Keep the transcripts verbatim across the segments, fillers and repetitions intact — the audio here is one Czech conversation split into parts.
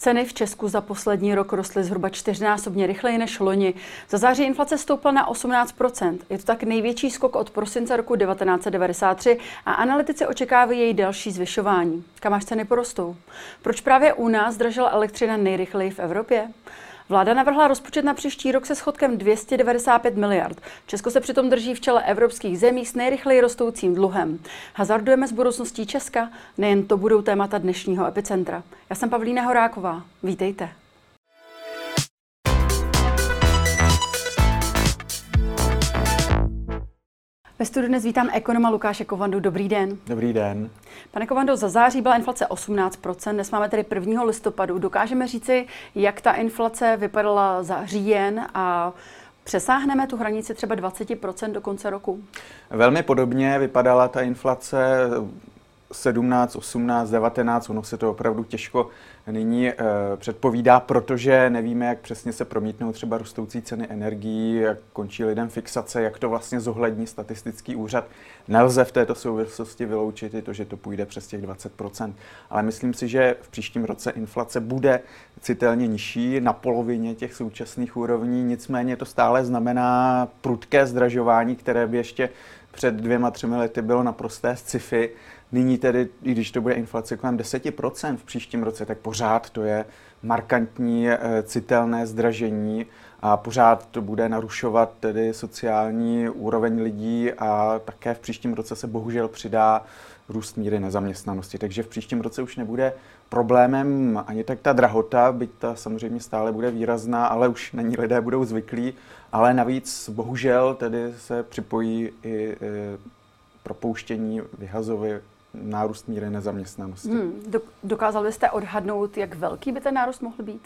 Ceny v Česku za poslední rok rostly zhruba čtyřnásobně rychleji než loni. Za září inflace stoupla na osmnáct procent. Je to tak největší skok od prosince roku devatenáct set devadesát tři a analytici očekávají její další zvyšování. Kam až ceny porostou? Proč právě u nás zdražila elektřina nejrychleji v Evropě? Vláda navrhla rozpočet na příští rok se schodkem dvě stě devadesát pět miliard. Česko se přitom drží v čele evropských zemí s nejrychleji rostoucím dluhem. Hazardujeme s budoucností Česka? Nejen to budou témata dnešního Epicentra. Já jsem Pavlína Horáková. Vítejte. Ve studiu dnes vítám ekonoma Lukáše Kovandu. Dobrý den. Dobrý den. Pane Kovando, za září byla inflace osmnáct procent, dnes máme tedy prvního listopadu. Dokážeme říci, jak ta inflace vypadala za říjen a přesáhneme tu hranici třeba dvacet procent do konce roku? Velmi podobně vypadala ta inflace sedmnáct, osmnáct, devatenáct, ono se to opravdu těžko nyní e, předpovídá, protože nevíme, jak přesně se promítnou třeba rostoucí ceny energií, jak končí lidem fixace, jak to vlastně zohlední statistický úřad. Nelze v této souvislosti vyloučit i to, že to půjde přes těch dvacet procent. Ale myslím si, že v příštím roce inflace bude citelně nižší, na polovině těch současných úrovní, nicméně to stále znamená prudké zdražování, které by ještě před dvěma, třemi lety bylo naprosté sci-fi. Nyní tedy, i když to bude inflace kolem deset procent v příštím roce, tak pořád to je markantní, citelné zdražení a pořád to bude narušovat tedy sociální úroveň lidí a také v příštím roce se bohužel přidá růst míry nezaměstnanosti. Takže v příštím roce už nebude problémem ani tak ta drahota, byť ta samozřejmě stále bude výrazná, ale už na ní lidé budou zvyklí, ale navíc bohužel tedy se připojí i propouštění, vyhazovy, nárůst míry nezaměstnanosti. Hmm, dokázal byste odhadnout, jak velký by ten nárůst mohl být?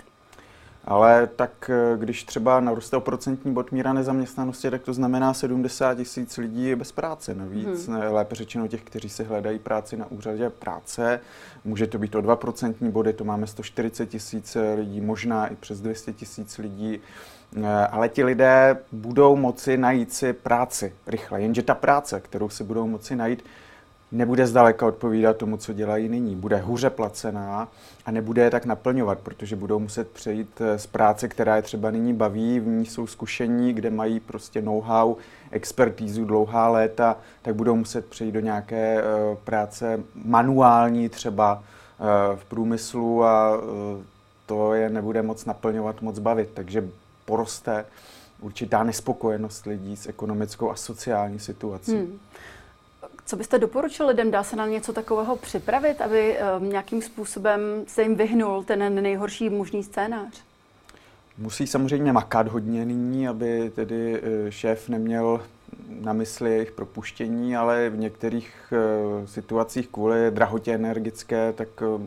Ale tak když třeba naroste o procentní bod míra nezaměstnanosti, tak to znamená sedmdesát tisíc lidí bez práce. Navíc, hmm. lépe řečeno těch, kteří si hledají práci na úřadě práce. Může to být o dva procentní body, to máme sto čtyřicet tisíc lidí, možná i přes dvě stě tisíc lidí. Ale ti lidé budou moci najít si práci rychle, jenže ta práce, kterou si budou moci najít, nebude zdaleka odpovídat tomu, co dělají nyní. Bude hůře placená a nebude je tak naplňovat, protože budou muset přejít z práce, která je třeba nyní baví, v ní jsou zkušení, kde mají prostě know-how, expertízu dlouhá léta, tak budou muset přejít do nějaké uh, práce manuální třeba uh, v průmyslu a uh, to je nebude moc naplňovat, moc bavit. Takže poroste určitá nespokojenost lidí s ekonomickou a sociální situací. Hmm. Co byste doporučil lidem? Dá se na něco takového připravit, aby um, nějakým způsobem se jim vyhnul ten nejhorší možný scénář? Musí samozřejmě makat hodně nyní, aby tedy šéf neměl na mysli jejich propuštění, ale v některých uh, situacích kvůli drahotě energetické, tak uh,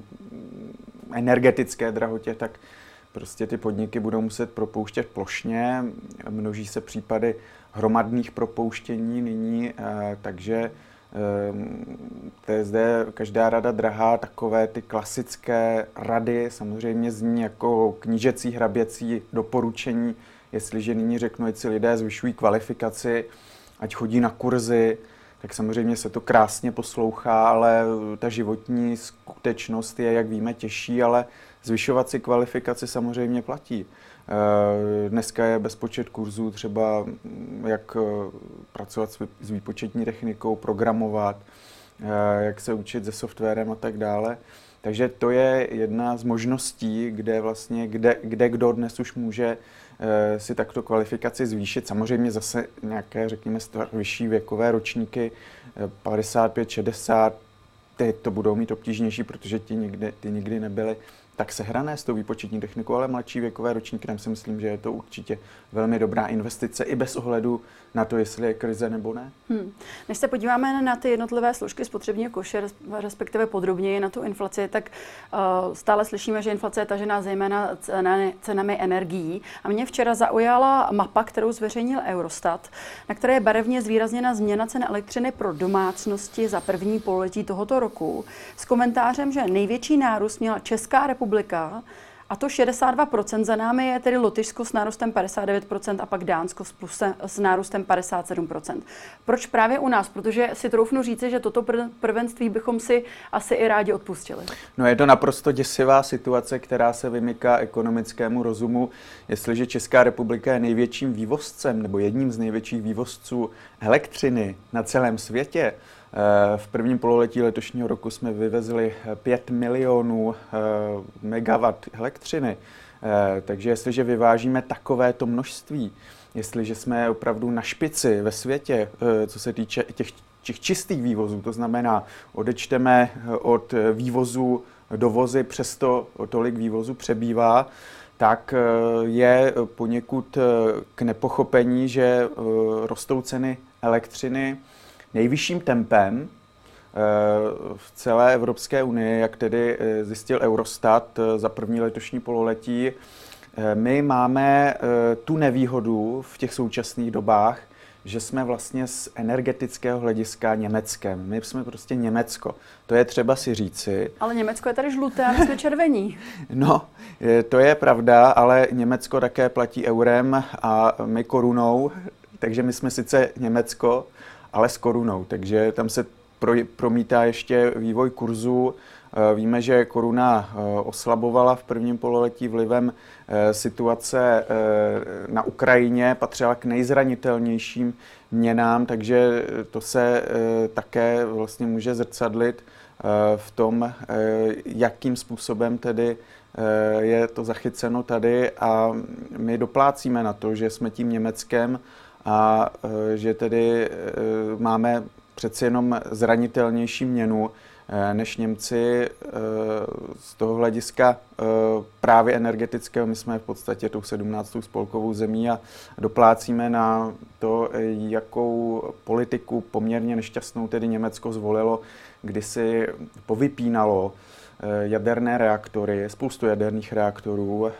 energetické drahotě, tak prostě ty podniky budou muset propouštět plošně. Množí se případy hromadných propouštění nyní, uh, takže to je zde každá rada drahá, takové ty klasické rady samozřejmě zní jako knížecí, hraběcí doporučení, jestliže nyní řeknu, ať si lidé zvyšují kvalifikaci, ať chodí na kurzy, tak samozřejmě se to krásně poslouchá, ale ta životní skutečnost je, jak víme, těžší, ale zvyšovat si kvalifikaci samozřejmě platí. Dneska je bezpočet kurzů, třeba jak pracovat s výpočetní technikou, programovat, jak se učit se softwarem a tak dále. Takže to je jedna z možností, kde vlastně, kde, kde kdo dnes už může si takto kvalifikaci zvýšit. Samozřejmě zase nějaké, řekněme, vyšší věkové ročníky, padesát pět, šedesát, ty to budou mít obtížnější, protože ti nikdy, ty nikdy nebyly tak sehrané s tou výpočetní technikou, ale mladší věkové ročníky, tam si myslím, že je to určitě velmi dobrá investice i bez ohledu na to, jestli je krize nebo ne. Hmm. Než se podíváme na ty jednotlivé složky spotřebního koše, respektive podrobněji na tu inflaci, tak uh, stále slyšíme, že inflace je tažená zejména cenami, cenami energií. A mě včera zaujala mapa, kterou zveřejnil Eurostat, na které je barevně zvýrazněna změna cen elektřiny pro domácnosti za první pololetí tohoto roku s komentářem, že největší nárůst měla Česká republika A to šedesát dva procent, za námi je tedy Lotyšsko s nárůstem padesát devět procent a pak Dánsko s, plusem, s nárůstem padesát sedm procent. Proč právě u nás? Protože si troufnu říci, že toto prvenství bychom si asi i rádi odpustili. No je to naprosto děsivá situace, která se vymyká ekonomickému rozumu. Jestliže Česká republika je největším vývozcem nebo jedním z největších vývozců elektřiny na celém světě, v prvním pololetí letošního roku jsme vyvezli pět milionů megawatt elektřiny. Takže jestliže vyvážíme takovéto množství, jestliže jsme opravdu na špici ve světě, co se týče těch, těch čistých vývozů, to znamená, odečteme od vývozu dovozy, přesto tolik vývozu přebývá, tak je poněkud k nepochopení, že rostou ceny elektřiny nejvyšším tempem v celé Evropské unii, jak tedy zjistil Eurostat za první letošní pololetí. My máme tu nevýhodu v těch současných dobách, že jsme vlastně z energetického hlediska Německem. My jsme prostě Německo. To je třeba si říci. Ale Německo je tady žluté a my jsme červení. No, to je pravda, ale Německo také platí eurem a my korunou, takže my jsme sice Německo, ale s korunou, takže tam se pro, promítá ještě vývoj kurzu. Víme, že koruna oslabovala v prvním pololetí vlivem situace na Ukrajině, patřila k nejzranitelnějším měnám, takže to se také vlastně může zrcadlit v tom, jakým způsobem tedy je to zachyceno tady a my doplácíme na to, že jsme tím Německem a že tedy máme přeci jenom zranitelnější měnu než Němci z toho hlediska právě energetického. My jsme v podstatě tou sedmnáctou spolkovou zemí a doplácíme na to, jakou politiku poměrně nešťastnou tedy Německo zvolilo, kdy si povypínalo jaderné reaktory, spoustu jaderných reaktorů,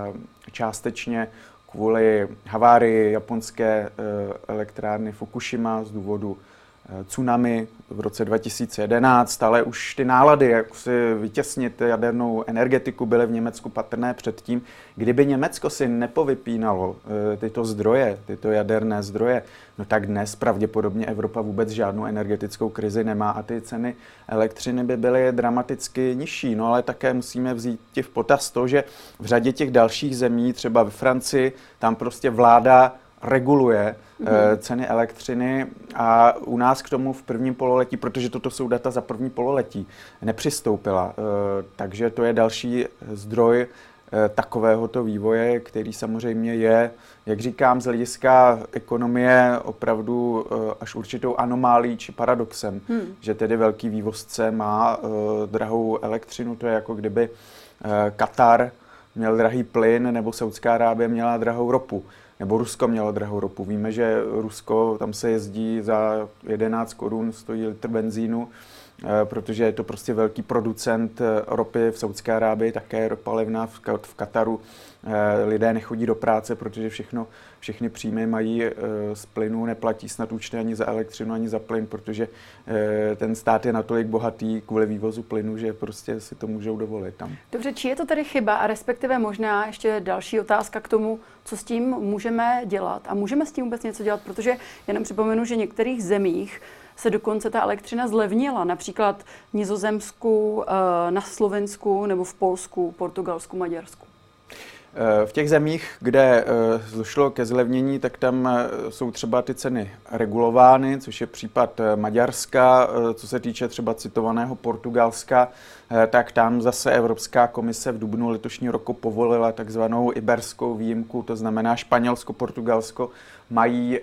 částečně kvůli havárii japonské elektrárny Fukushima z důvodu tsunami v roce dva tisíce jedenáct, ale už ty nálady, jak si vytěsnit jadernou energetiku, byly v Německu patrné předtím. Kdyby Německo si nepovypínalo tyto zdroje, tyto jaderné zdroje, no tak dnes pravděpodobně Evropa vůbec žádnou energetickou krizi nemá a ty ceny elektřiny by byly dramaticky nižší. No ale také musíme vzít v potaz to, že v řadě těch dalších zemí, třeba ve Francii, tam prostě vláda reguluje mm-hmm. ceny elektřiny a u nás k tomu v prvním pololetí, protože toto jsou data za první pololetí, nepřistoupila. Takže to je další zdroj takovéhoto vývoje, který samozřejmě je, jak říkám, z hlediska ekonomie opravdu až určitou anomálí či paradoxem, hmm. že tedy velký vývozce má drahou elektřinu, to je jako kdyby Katar měl drahý plyn nebo Saudská Arábie měla drahou ropu. Nebo Rusko mělo drahou ropu. Víme, že Rusko, tam se jezdí za jedenáct korun, stojí litr benzínu, protože je to prostě velký producent ropy v Saudské Arábii, také ropa levná v Kataru. Lidé nechodí do práce, protože všechno, všechny příjmy mají z plynu, neplatí snad účty ani za elektřinu, ani za plyn, protože ten stát je natolik bohatý kvůli vývozu plynu, že prostě si to můžou dovolit tam. Dobře, či je to tedy chyba a respektive možná ještě další otázka k tomu, co s tím můžeme dělat a můžeme s tím vůbec něco dělat, protože jenom připomenu, že v některých zemích se dokonce ta elektřina zlevnila, například v Nizozemsku, na Slovensku nebo v Polsku, Portugalsku, Maďarsku. V těch zemích, kde došlo ke zlevnění, tak tam jsou třeba ty ceny regulovány, což je případ Maďarska. Co se týče třeba citovaného Portugalska, tak tam zase Evropská komise v dubnu letošního roku povolila takzvanou iberskou výjimku, to znamená Španělsko, Portugalsko mají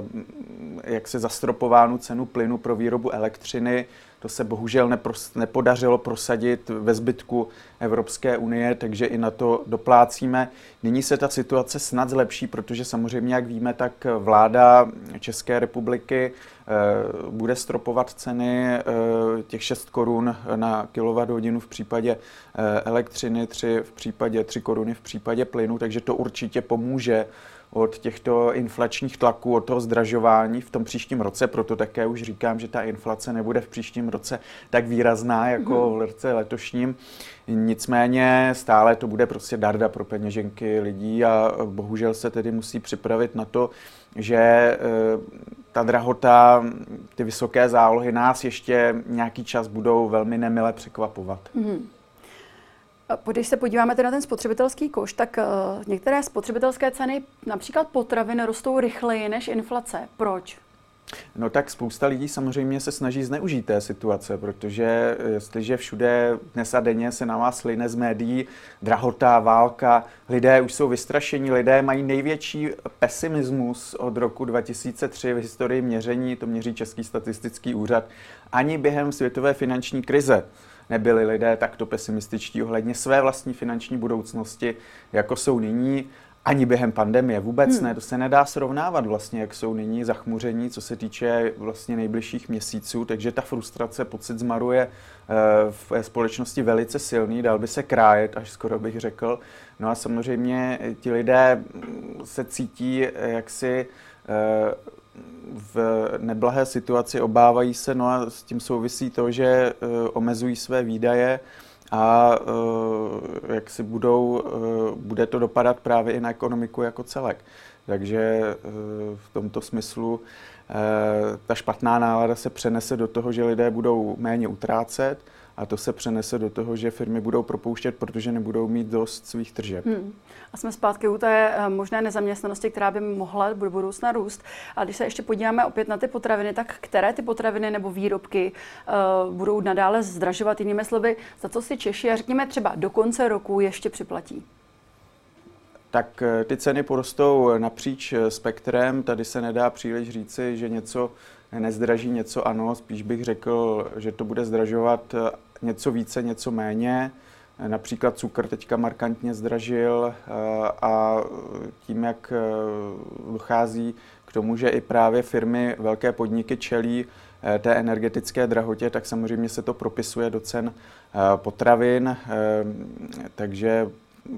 jak se zastropovánu cenu plynu pro výrobu elektřiny. To se bohužel nepros, nepodařilo prosadit ve zbytku Evropské unie, takže i na to doplácíme. Nyní se ta situace snad zlepší, protože samozřejmě, jak víme, tak vláda České republiky e, bude stropovat ceny e, těch šest korun na kilowatthodinu v případě e, elektřiny, tři v případě tři koruny v případě plynu, takže to určitě pomůže od těchto inflačních tlaků, od toho zdražování v tom příštím roce. Proto také už říkám, že ta inflace nebude v příštím roce tak výrazná jako v roce letošním. Nicméně stále to bude prostě darda pro peněženky lidí a bohužel se tedy musí připravit na to, že ta drahota, ty vysoké zálohy nás ještě nějaký čas budou velmi nemile překvapovat. Mm. Když se podíváme tedy na ten spotřebitelský koš, tak uh, některé spotřebitelské ceny, například potravin, rostou rychleji než inflace. Proč? No tak spousta lidí samozřejmě se snaží zneužít té situace, protože jestliže všude dnes a denně se na vás line z médií drahota, válka, lidé už jsou vystrašení, lidé mají největší pesimismus od roku dva tisíce tři v historii měření, to měří Český statistický úřad, ani během světové finanční krize nebyli lidé takto pesimističtí ohledně své vlastní finanční budoucnosti, jako jsou nyní. Ani během pandemie, vůbec hmm. ne, to se nedá srovnávat vlastně, jak jsou nyní zachmuření, co se týče vlastně nejbližších měsíců, takže ta frustrace, pocit zmaru je v společnosti velice silný, dal by se krájet, až skoro bych řekl. No a samozřejmě ti lidé se cítí jaksi v neblahé situaci, obávají se, no a s tím souvisí to, že omezují své výdaje, a uh, jak si budou, uh, bude to dopadat právě i na ekonomiku jako celek. Takže uh, v tomto smyslu uh, ta špatná nálada se přenese do toho, že lidé budou méně utrácet a to se přenese do toho, že firmy budou propouštět, protože nebudou mít dost svých tržeb. Hmm. A jsme zpátky u té možné nezaměstnanosti, která by mohla do budoucna růst. A když se ještě podíváme opět na ty potraviny, tak které ty potraviny nebo výrobky uh, budou nadále zdražovat? Jinými slovy, za co si Češi, a řekněme třeba do konce roku, ještě připlatí? Tak ty ceny porostou napříč spektrem. Tady se nedá příliš říci, že něco nezdraží, něco ano. Spíš bych řekl, že to bude zdražovat něco více, něco méně. Například cukr teďka markantně zdražil a tím, jak dochází k tomu, že i právě firmy, velké podniky čelí té energetické drahotě, tak samozřejmě se to propisuje do cen potravin. Takže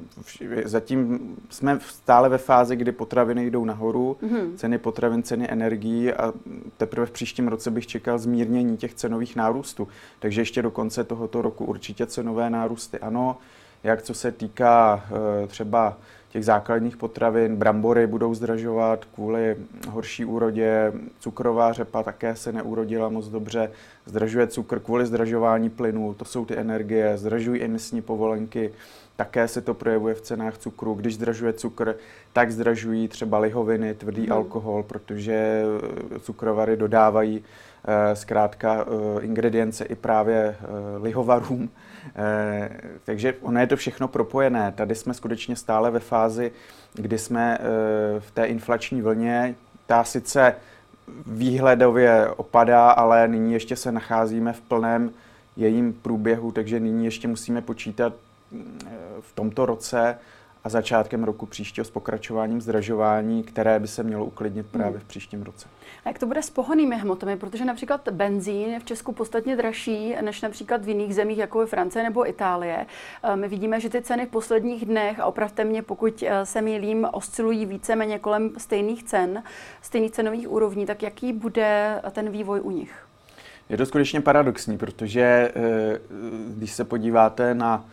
zatím jsme stále ve fázi, kdy potraviny jdou nahoru, mm-hmm. ceny potravin, ceny energií a teprve v příštím roce bych čekal zmírnění těch cenových nárůstů. Takže ještě do konce tohoto roku určitě cenové nárůsty ano. Jak co se týká třeba těch základních potravin, brambory budou zdražovat kvůli horší úrodě, cukrová řepa také se neurodila moc dobře, zdražuje cukr kvůli zdražování plynu, to jsou ty energie, zdražují emisní povolenky, také se to projevuje v cenách cukru. Když zdražuje cukr, tak zdražují třeba lihoviny, tvrdý hmm. alkohol, protože cukrovary dodávají eh, zkrátka eh, ingredience i právě eh, lihovarům. Eh, takže ono je to všechno propojené. Tady jsme skutečně stále ve fázi, kdy jsme eh, v té inflační vlně. Ta sice výhledově opadá, ale nyní ještě se nacházíme v plném jejím průběhu, takže nyní ještě musíme počítat v tomto roce a začátkem roku příštího s pokračováním zdražování, které by se mělo uklidnit právě v příštím roce. A jak to bude s pohonnými hmotami? Protože například benzín je v Česku podstatně dražší než například v jiných zemích, jako je Francie nebo Itálie. My vidíme, že ty ceny v posledních dnech, a opravte mě, pokud se mýlím, oscilují víceméně kolem stejných cen, stejných cenových úrovní. Tak jaký bude ten vývoj u nich? Je to skutečně paradoxní, protože když se podíváte na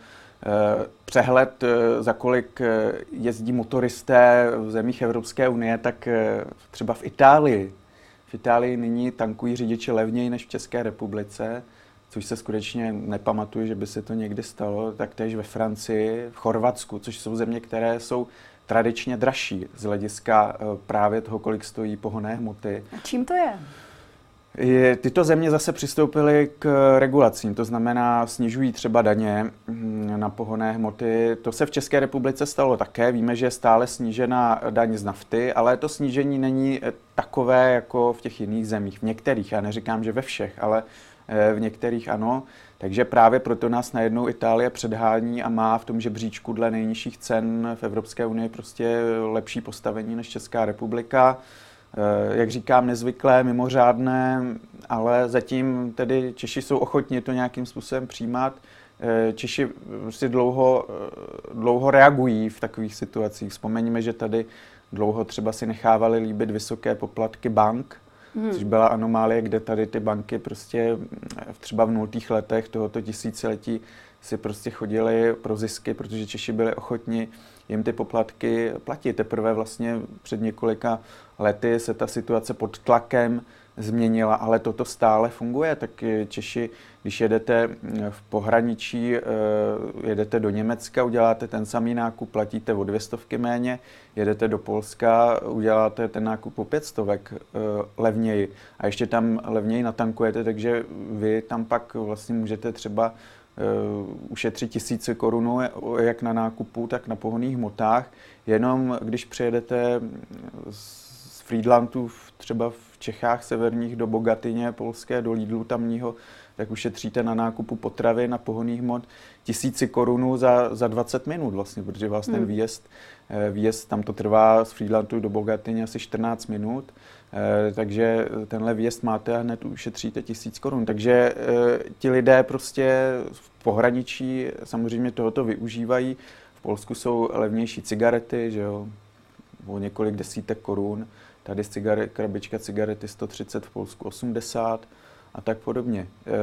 přehled, za kolik jezdí motoristé v zemích Evropské unie, tak třeba v Itálii. V Itálii nyní tankují řidiči levněji než v České republice, což se skutečně nepamatuju, že by se to někdy stalo. Taktéž ve Francii, v Chorvatsku, což jsou země, které jsou tradičně dražší z hlediska právě toho, kolik stojí pohonné hmoty. A čím to je? Tyto země zase přistoupily k regulacím, to znamená snižují třeba daně na pohonné hmoty. To se v České republice stalo také. Víme, že je stále snížena daň z nafty, ale to snížení není takové jako v těch jiných zemích. V některých, já neříkám, že ve všech, ale v některých ano. Takže právě proto nás najednou Itálie předhání a má v tom žebříčku dle nejnižších cen v Evropské unii prostě lepší postavení než Česká republika. Jak říkám, nezvyklé, mimořádné, ale zatím tedy Češi jsou ochotni to nějakým způsobem přijímat. Češi prostě dlouho, dlouho reagují v takových situacích. Vzpomeňme, že tady dlouho třeba si nechávali líbit vysoké poplatky bank, hmm. což byla anomálie, kde tady ty banky prostě třeba v nultých letech tohoto tisíciletí si prostě chodili pro zisky, protože Češi byli ochotni jim ty poplatky platit. Teprve vlastně před několika lety se ta situace pod tlakem změnila, ale toto stále funguje. Tak Češi, když jedete v pohraničí, jedete do Německa, uděláte ten samý nákup, platíte o dvě stovky méně, jedete do Polska, uděláte ten nákup o pět stovek levněji a ještě tam levněji natankujete, takže vy tam pak vlastně můžete třeba ušetřit tisíce korun jak na nákupu, tak na pohonných hmotách. Jenom když přijedete z Friedlandu třeba v Čechách severních do Bogatyně polské, do Lidlu tamního, tak ušetříte na nákupu potravy, na pohonných hmot tisíci korun za, za dvacet minut vlastně, protože vás ten hmm. výjezd, výjezd, tam to trvá z Friedlandu do Bogatyně asi čtrnáct minut, takže tenhle výjezd máte a hned ušetříte tisíc korun. Takže ti lidé prostě v pohraničí samozřejmě tohoto využívají. V Polsku jsou levnější cigarety, že jo, o několik desítek korun. Tady cigaret, krabička cigarety sto třicet, v Polsku osmdesát a tak podobně.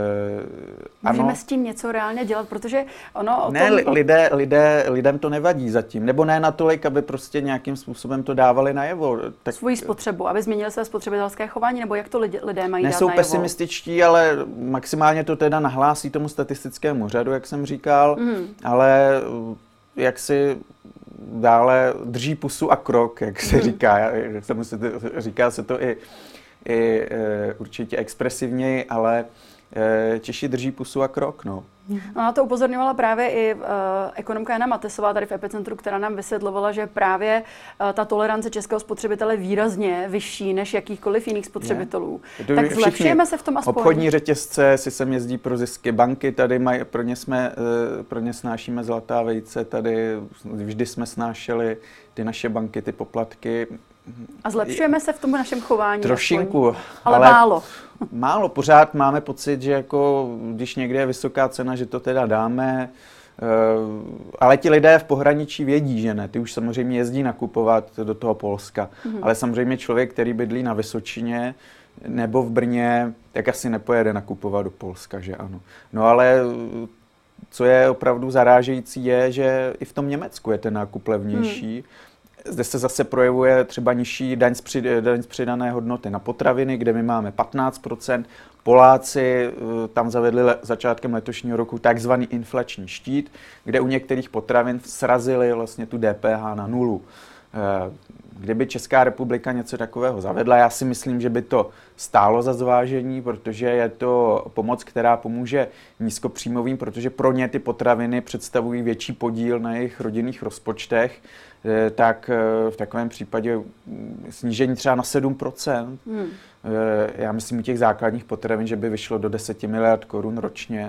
E, Můžeme ano, s tím něco reálně dělat, protože ono... O ne, tom... lidé, lidé, lidem to nevadí zatím, nebo ne natolik, aby prostě nějakým způsobem to dávali najevo. Tak... Svoji spotřebu, aby změnili své spotřebitelské chování, nebo jak to lidé, lidé mají Nejsou dát najevo? pesimističtí, ale maximálně to teda nahlásí tomu statistickému úřadu, jak jsem říkal, mm. ale jak si... dále drží pusu a krok, jak se říká. Jak se musí, říká se to i, i e, určitě expresivněji, ale e, Češi drží pusu a krok. No. No, na to upozorňovala právě i uh, ekonomka Jana Matesová tady v Epicentru, která nám vysvětlovala, že právě uh, ta tolerance českého spotřebitele je výrazně vyšší než jakýchkoliv jiných spotřebitelů. Je. Tak zlepšujeme se v tom aspoň. Obchodní řetězce si sem jezdí pro zisky, banky tady mají, pro ně jsme, uh, pro ně snášíme zlatá vejce, tady vždy jsme snášeli ty naše banky, ty poplatky. A zlepšujeme se v tom našem chování? Trošinku. Aspoň. Ale, ale málo. Málo. Pořád máme pocit, že jako, když někde je vysoká cena, že to teda dáme. Ale ti lidé v pohraničí vědí, že ne. Ty už samozřejmě jezdí nakupovat do toho Polska. Mm-hmm. Ale samozřejmě člověk, který bydlí na Vysočině nebo v Brně, tak asi nepojede nakupovat do Polska, že ano. No ale co je opravdu zarážející je, že i v tom Německu je ten nákup levnější. Mm. Zde se zase projevuje třeba nižší daň z, při, daň z přidané hodnoty na potraviny, kde my máme patnáct procent. Poláci tam zavedli le, začátkem letošního roku takzvaný inflační štít, kde u některých potravin srazili vlastně tu D P H na nulu. Kdyby Česká republika něco takového zavedla, já si myslím, že by to stálo za zvážení, protože je to pomoc, která pomůže nízkopříjmovým, protože pro ně ty potraviny představují větší podíl na jejich rodinných rozpočtech, tak v takovém případě snížení třeba na sedm procent. Hmm. Já myslím u těch základních potravin, že by vyšlo do deset miliard korun ročně.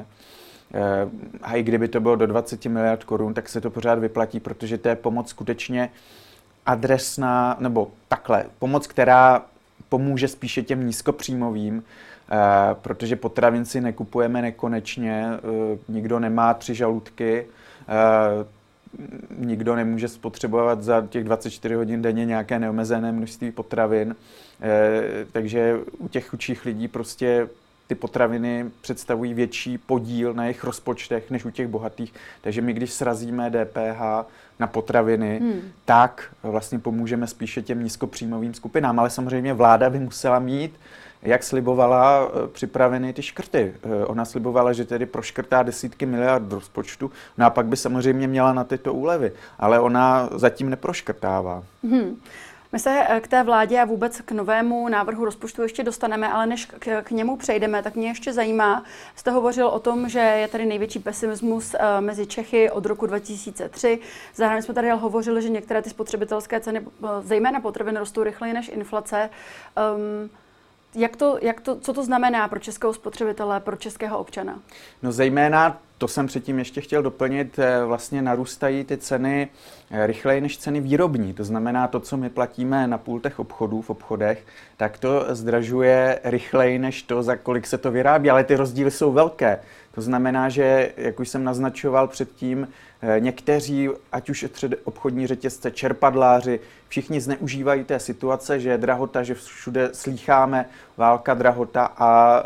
A i kdyby to bylo do dvacet miliard korun, tak se to pořád vyplatí, protože to je pomoc skutečně adresná, nebo takhle, pomoc, která pomůže spíše těm nízkopříjmovým, eh, protože potravin si nekupujeme nekonečně, eh, nikdo nemá tři žaludky, eh, nikdo nemůže spotřebovat za těch dvacet čtyři hodin denně nějaké neomezené množství potravin, eh, takže u těch chudších lidí prostě ty potraviny představují větší podíl na jejich rozpočtech než u těch bohatých. Takže my, když srazíme D P H na potraviny, hmm. tak vlastně pomůžeme spíše těm nízkopříjmovým skupinám. Ale samozřejmě vláda by musela mít, jak slibovala, připraveny ty škrty. Ona slibovala, že tedy proškrtá desítky miliard rozpočtu, no a pak by samozřejmě měla na tyto úlevy. Ale ona zatím neproškrtává. Hmm. My se k té vládě a vůbec k novému návrhu rozpočtu ještě dostaneme, ale než k, k němu přejdeme, tak mě ještě zajímá, jste hovořil o tom, že je tady největší pesimismus uh, mezi Čechy od roku dva tisíce tři. Zároveň jsme tady hovořili, že některé ty spotřebitelské ceny, uh, zejména potravin, rostou rychleji než inflace. Um, jak to, jak to, co to znamená pro českého spotřebitele, pro českého občana? No zejména to jsem předtím ještě chtěl doplnit, vlastně narůstají ty ceny rychleji než ceny výrobní. To znamená, to, co my platíme na pultech obchodů, v obchodech, tak to zdražuje rychleji než to, za kolik se to vyrábí, ale ty rozdíly jsou velké. To znamená, že, jak už jsem naznačoval předtím, někteří, ať už obchodní řetězce, čerpadláři, všichni zneužívají té situace, že je drahota, že všude slýcháme válka, drahota a e,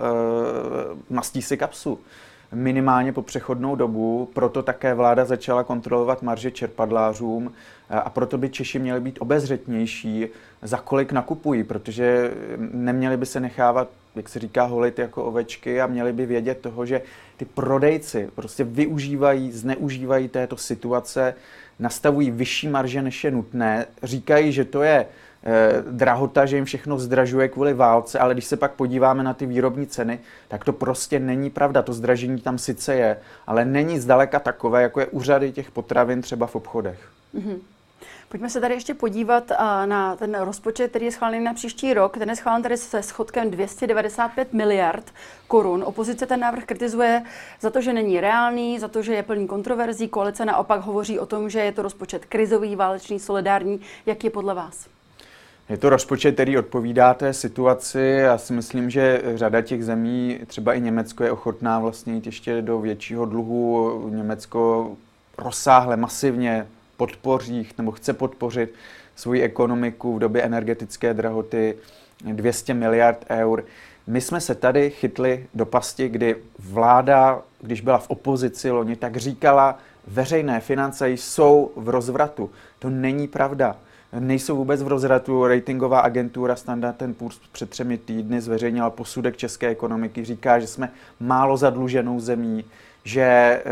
mastí si kapsu. Minimálně po přechodnou dobu, proto také vláda začala kontrolovat marže čerpadlářům a proto by Češi měli být obezřetnější, za kolik nakupují, protože neměli by se nechávat, jak se říká, holit jako ovečky a měli by vědět toho, že ty prodejci prostě využívají, zneužívají této situace, nastavují vyšší marže, než je nutné, říkají, že to je Eh, drahota, že jim všechno zdražuje kvůli válce, ale když se pak podíváme na ty výrobní ceny, tak to prostě není pravda. To zdražení tam sice je, ale není zdaleka takové, jako je u řady těch potravin třeba v obchodech. Mm-hmm. Pojďme se tady ještě podívat uh, na ten rozpočet, který je schválený na příští rok. Ten je schválen tady se schodkem dvě stě devadesát pět miliard korun. Opozice ten návrh kritizuje za to, že není reálný, za to, že je plný kontroverzí. Koalice naopak hovoří o tom, že je to rozpočet krizový, válečný, solidární. Jak je podle vás? Je to rozpočet, který odpovídá té situaci. Já si myslím, že řada těch zemí, třeba i Německo, je ochotná vlastně jít ještě do většího dluhu. Německo rozsáhle, masivně podpoří nebo chce podpořit svoji ekonomiku v době energetické drahoty dvě stě miliard eur. My jsme se tady chytli do pasti, kdy vláda, když byla v opozici loni, tak říkala, veřejné finance jsou v rozvratu. To není pravda. Nejsou vůbec v rozvratu. Ratingová agentura Standard and Poor's před třemi týdny zveřejnila posudek české ekonomiky. Říká, že jsme málo zadluženou zemí, že e,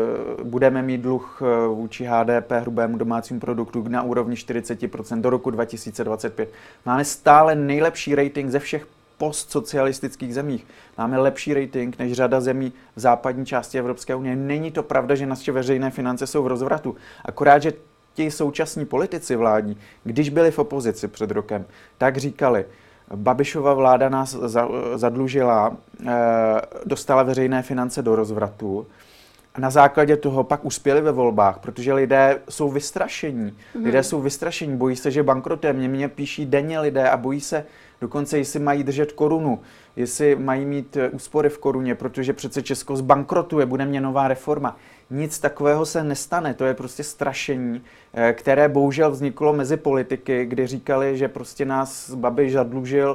budeme mít dluh vůči H D P, hrubému domácímu produktu, na úrovni čtyřicet procent do roku dva tisíce dvacet pět. Máme stále nejlepší rating ze všech postsocialistických zemích. Máme lepší rating než řada zemí v západní části Evropské unie. Není to pravda, že naše veřejné finance jsou v rozvratu. Akorát, že ti současní politici vládní, když byli v opozici před rokem, tak říkali, Babišova vláda nás zadlužila, dostala veřejné finance do rozvratu a na základě toho pak uspěli ve volbách, protože lidé jsou vystrašení. Lidé jsou vystrašení, bojí se, že bankrotujeme. Mě píší denně lidé a bojí se dokonce, jestli mají držet korunu, jestli mají mít úspory v koruně, protože přece Česko zbankrotuje, bude měnová reforma. Nic takového se nestane, to je prostě strašení, které bohužel vzniklo mezi politiky, kdy říkali, že prostě nás Babiš zadlužil.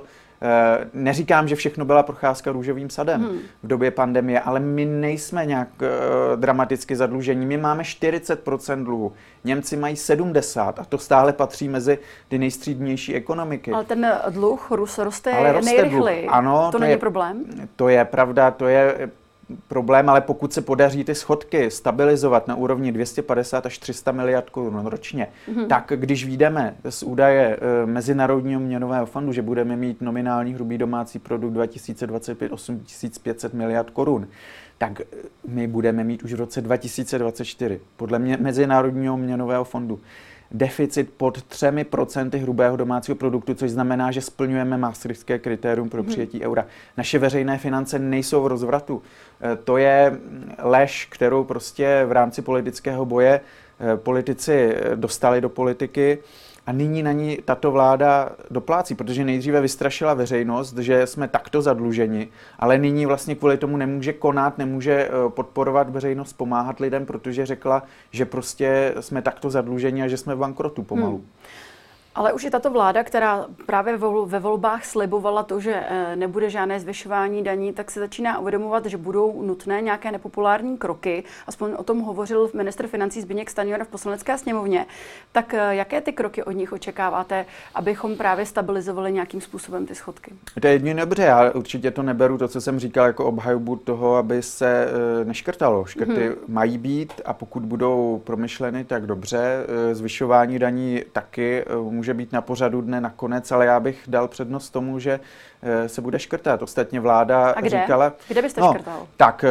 Neříkám, že všechno byla procházka růžovým sadem hmm. v době pandemie, ale my nejsme nějak uh, dramaticky zadlužení. My máme čtyřicet procent dluhu. Němci mají sedmdesát a to stále patří mezi ty nejstřídnější ekonomiky. Ale ten dluh Rus roste, roste nejrychleji. Ano, to, to není je, problém? To je pravda, to je problém, ale pokud se podaří ty schodky stabilizovat na úrovni dvě stě padesát až tři sta miliard korun ročně, mm-hmm. tak když vyjdeme z údaje Mezinárodního měnového fondu, že budeme mít nominální hrubý domácí produkt dva tisíce dvacet pět osm tisíc pět set miliard korun, tak my budeme mít už v roce dva tisíce dvacet čtyři podle mě Mezinárodního měnového fondu deficit pod třemi procenty hrubého domácího produktu, což znamená, že splňujeme maastrichtské kritérium pro přijetí eura. Naše veřejné finance nejsou v rozvratu. To je lež, kterou prostě v rámci politického boje politici dostali do politiky a nyní na ní tato vláda doplácí, protože nejdříve vystrašila veřejnost, že jsme takto zadluženi, ale nyní vlastně kvůli tomu nemůže konat, nemůže podporovat veřejnost, pomáhat lidem, protože řekla, že prostě jsme takto zadluženi a že jsme v bankrotu pomalu. Hmm. Ale už i tato vláda, která právě ve volbách slibovala to, že nebude žádné zvyšování daní, tak se začíná uvědomovat, že budou nutné nějaké nepopulární kroky. Aspoň o tom hovořil ministr financí Zbyněk Stanjura v Poslanecké sněmovně. Tak jaké ty kroky od nich očekáváte, abychom právě stabilizovali nějakým způsobem ty schodky? To je jedině dobře, já určitě to neberu, to, co jsem říkal, jako obhajobu toho, aby se neškrtalo. Škrty hmm. mají být a pokud budou promyšleny, tak dobře. Zvyšování daní taky může být na pořadu dne nakonec, ale já bych dal přednost tomu, že se bude škrtat. Ostatně vláda A kde? říkala... Kde byste no, škrtal? Tak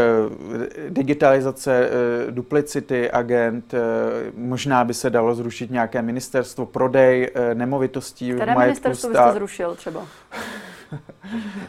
digitalizace, duplicity agent, možná by se dalo zrušit nějaké ministerstvo, prodej nemovitostí. Které ministerstvo byste zrušil třeba?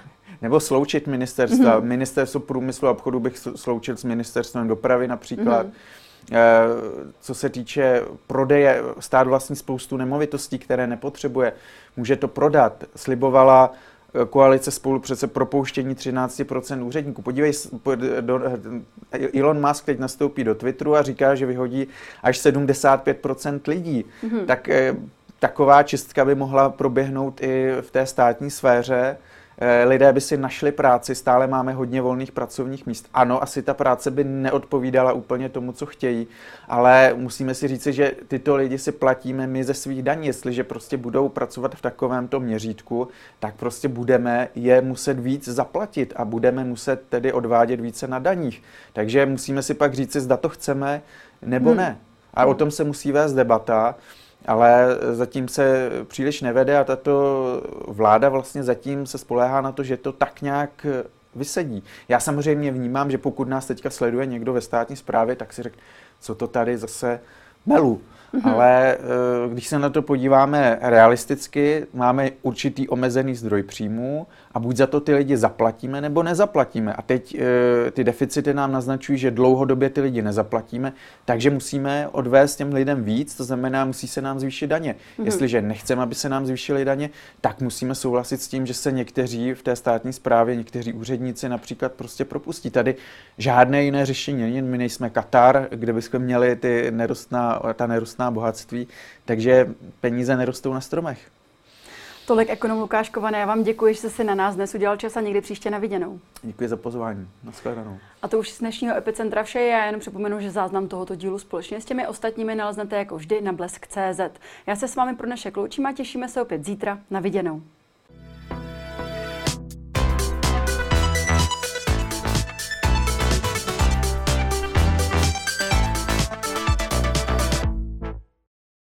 nebo sloučit ministerstva. Mm-hmm. Ministerstvo průmyslu a obchodu bych sloučil s ministerstvem dopravy například. Mm-hmm. Co se týče prodeje, stát vlastní spoustu nemovitostí, které nepotřebuje. Může to prodat. Slibovala koalice Spolu přece propouštění třináct procent úředníků. Podívej, do, Elon Musk teď nastoupí do Twitteru a říká, že vyhodí až sedmdesát pět procent lidí. Mm-hmm. Tak taková čistka by mohla proběhnout i v té státní sféře. Lidé by si našli práci, stále máme hodně volných pracovních míst. Ano, asi ta práce by neodpovídala úplně tomu, co chtějí, ale musíme si říci, že tyto lidi si platíme my ze svých daní. Jestliže prostě budou pracovat v takovémto měřítku, tak prostě budeme je muset víc zaplatit a budeme muset tedy odvádět více na daních. Takže musíme si pak říci, zda to chceme nebo hmm. ne. A o tom se musí vést debata. Ale zatím se příliš nevede a tato vláda vlastně zatím se spoléhá na to, že to tak nějak vysedí. Já samozřejmě vnímám, že pokud nás teďka sleduje někdo ve státní správě, tak si řekne, co to tady zase melu. Mm-hmm. Ale když se na to podíváme realisticky, máme určitý omezený zdroj příjmů a buď za to ty lidi zaplatíme, nebo nezaplatíme. A teď ty deficity nám naznačují, že dlouhodobě ty lidi nezaplatíme, takže musíme odvést těm lidem víc, to znamená, musí se nám zvýšit daně. Mm-hmm. Jestliže nechceme, aby se nám zvýšily daně, tak musíme souhlasit s tím, že se někteří v té státní správě, někteří úředníci například prostě propustí. Tady žádné jiné řešení není, my nejsme Katar, kde bychom měli ty nerostná, ta nerostná bohatství, takže peníze nerostou na stromech. Tolik ekonom Lukáš Kovaný, já vám děkuji, že jste si na nás dnes udělal čas a někdy příště na viděnou. Děkuji za pozvání. Nashledanou. A to už z dnešního Epicentra vše. Já jenom připomenu, že záznam tohoto dílu společně s těmi ostatními naleznete jako vždy na blesk tečka cé zet. Já se s vámi pro dnešek loučím a těšíme se opět zítra. Na viděnou.